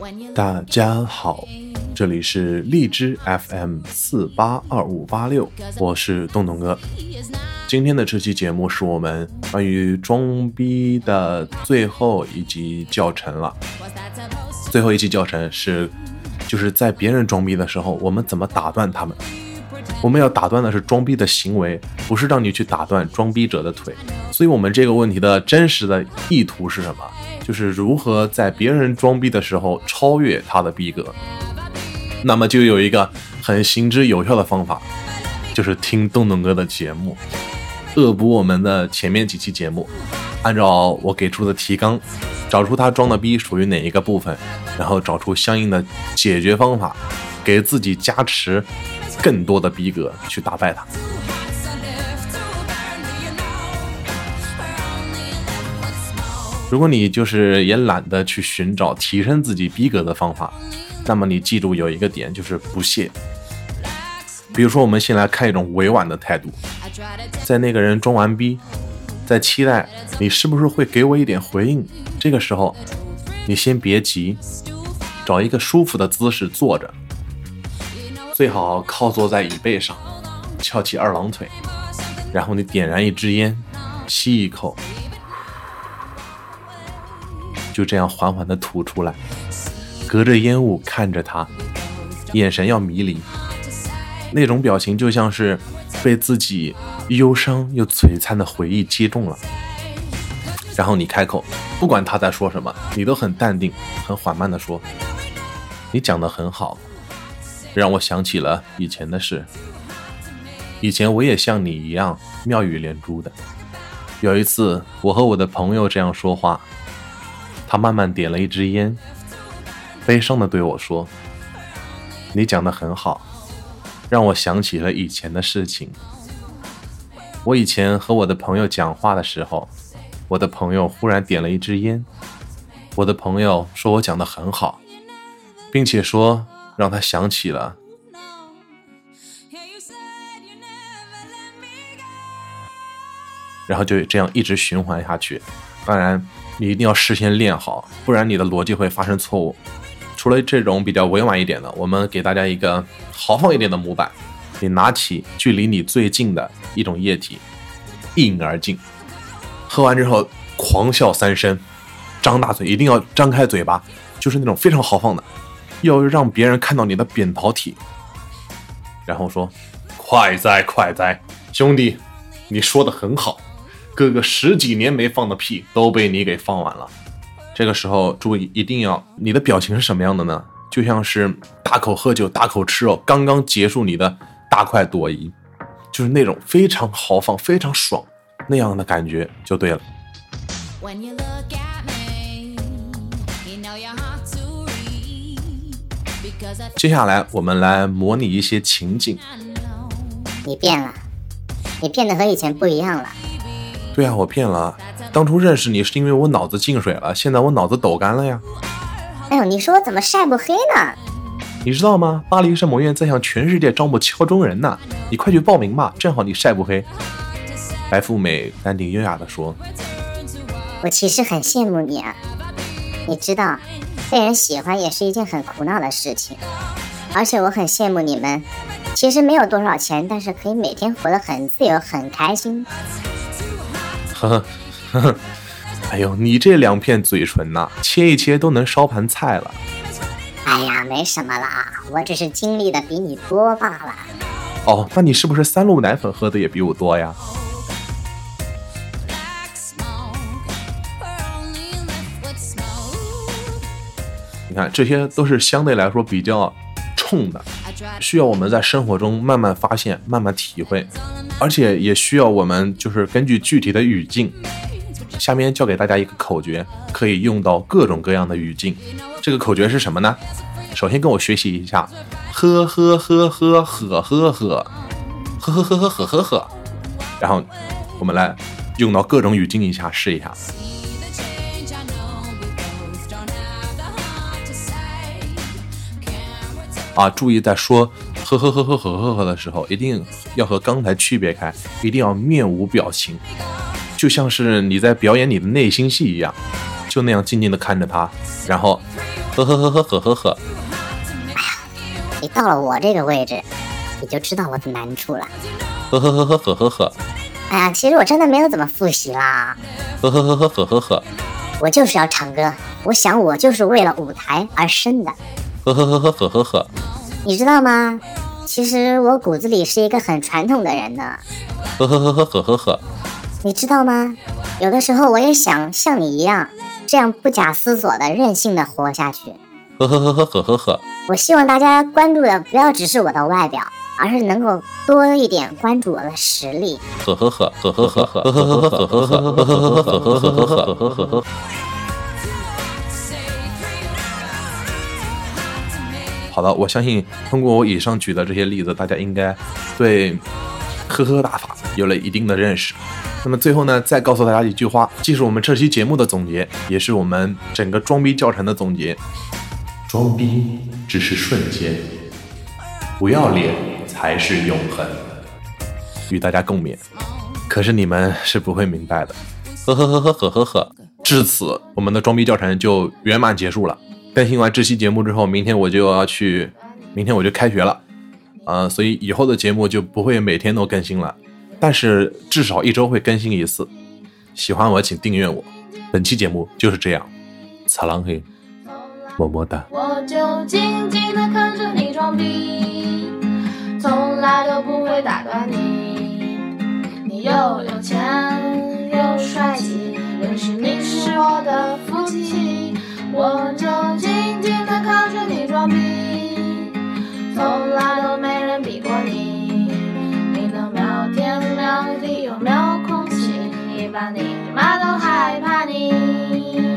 大家好，这里是荔枝 FM482586，我是洞洞哥。今天的这期节目是我们关于装逼的最后一集教程了。最后一期教程就是在别人装逼的时候，我们怎么打断他们。我们要打断的是装逼的行为，不是让你去打断装逼者的腿。所以我们这个问题的真实的意图是什么？就是如何在别人装逼的时候超越他的逼格。那么就有一个很行之有效的方法，就是听洞洞哥的节目，恶补我们的前面几期节目，按照我给出的提纲，找出他装的逼属于哪一个部分，然后找出相应的解决方法，给自己加持更多的逼格去打败他。如果你就是也懒得去寻找提升自己逼格的方法，那么你记住有一个点，就是不屑。比如说我们先来看一种委婉的态度，在那个人装完逼，在期待你是不是会给我一点回应，这个时候你先别急，找一个舒服的姿势坐着，最好靠坐在椅背上，翘起二郎腿，然后你点燃一支烟，吸一口，就这样缓缓地吐出来，隔着烟雾看着他，眼神要迷离，那种表情就像是被自己忧伤又璀璨的回忆击中了。然后你开口，不管他在说什么，你都很淡定很缓慢地说，你讲得很好，让我想起了以前的事。以前我也像你一样妙语连珠的，有一次我和我的朋友这样说话，他慢慢点了一支烟，悲伤地对我说，你讲得很好，让我想起了以前的事情。我以前和我的朋友讲话的时候，我的朋友忽然点了一支烟，我的朋友说我讲得很好，并且说让他想起了，然后就这样一直循环下去。当然你一定要事先练好，不然你的逻辑会发生错误。除了这种比较委婉一点的，我们给大家一个豪放一点的模板，你拿起距离你最近的一种液体，一饮而尽，喝完之后狂笑3声，张大嘴，一定要张开嘴巴，就是那种非常豪放的，要让别人看到你的扁桃体，然后说，快哉快哉，兄弟你说的很好，哥哥10几年没放的屁都被你给放完了。这个时候注意，一定要你的表情是什么样的呢？就像是大口喝酒大口吃肉，刚刚结束你的大快朵颐，就是那种非常豪放非常爽那样的感觉就对了。接下来我们来模拟一些情景。 你变了，你变得和以前不一样了。 对啊，我变了，当初认识你是因为我脑子进水了，现在我脑子抖干了呀。 哎呦，你说我怎么晒不黑呢？ 你知道吗？巴黎圣母院在向全世界招募敲钟人呢，你快去报名吧，正好你晒不黑。白富美淡定优雅地说， 我其实很羡慕你啊，你知道被人喜欢也是一件很苦恼的事情，而且我很羡慕你们，其实没有多少钱，但是可以每天活得很自由很开心。 呵呵呵呵，哎呦，你这2片嘴唇呐，切一切都能烧盘菜了。 哎呀，没什么啦，我只是经历的比你多罢了。 哦，那你是不是3鹿奶粉喝的也比我多呀？你看，这些都是相对来说比较冲的，需要我们在生活中慢慢发现慢慢体会，而且也需要我们就是根据具体的语境。下面教给大家一个口诀，可以用到各种各样的语境。这个口诀是什么呢？首先跟我学习一下，呵呵呵呵呵呵呵呵呵呵呵呵呵呵，然后我们来用到各种语境一下，试一下。注意在说呵呵呵呵呵呵呵的时候，一定要和刚才区别开，一定要面无表情，就像是你在表演你的内心戏一样，就那样静静的看着他，然后呵呵呵呵呵呵呵。 你到了我这个位置，你就知道我的难处了。 呵呵呵呵呵呵呵。 哎呀，其实我真的没有怎么复习啦。 呵呵呵呵呵呵呵。 我就是要唱歌，我想我就是为了舞台而生的。 呵呵呵呵呵呵呵。 你知道吗？其实我骨子里是一个很传统的人呢。 呵呵呵呵呵呵呵。 你知道吗？有的时候我也想像你一样，这样不假思索的任性的活下去。 呵呵呵呵呵呵呵。 我希望大家关注的不要只是我的外表，而是能够多一点关注我的实力。 呵呵呵呵呵呵呵呵呵呵呵呵呵呵呵呵呵呵。好的，我相信通过我以上举的这些例子，大家应该对呵呵打法有了一定的认识。那么最后呢，再告诉大家一句话，既是我们这期节目的总结，也是我们整个装逼教程的总结。装逼只是瞬间，不要脸才是永恒。与大家共勉。可是你们是不会明白的。呵呵呵呵呵呵呵。至此，我们的装逼教程就圆满结束了。更新完这期节目之后，明天我就开学了，所以以后的节目就不会每天都更新了，但是至少1周会更新1次。喜欢我请订阅我。本期节目就是这样，擦浪嘿，么么哒。 我就静静地看着你装逼，从来都不会打断你。你又有钱又帅气，认识你是我的福气。我就静静地看着你装逼，从来都没人比过你。你能秒天秒地又秒空气，你把你妈都害怕你。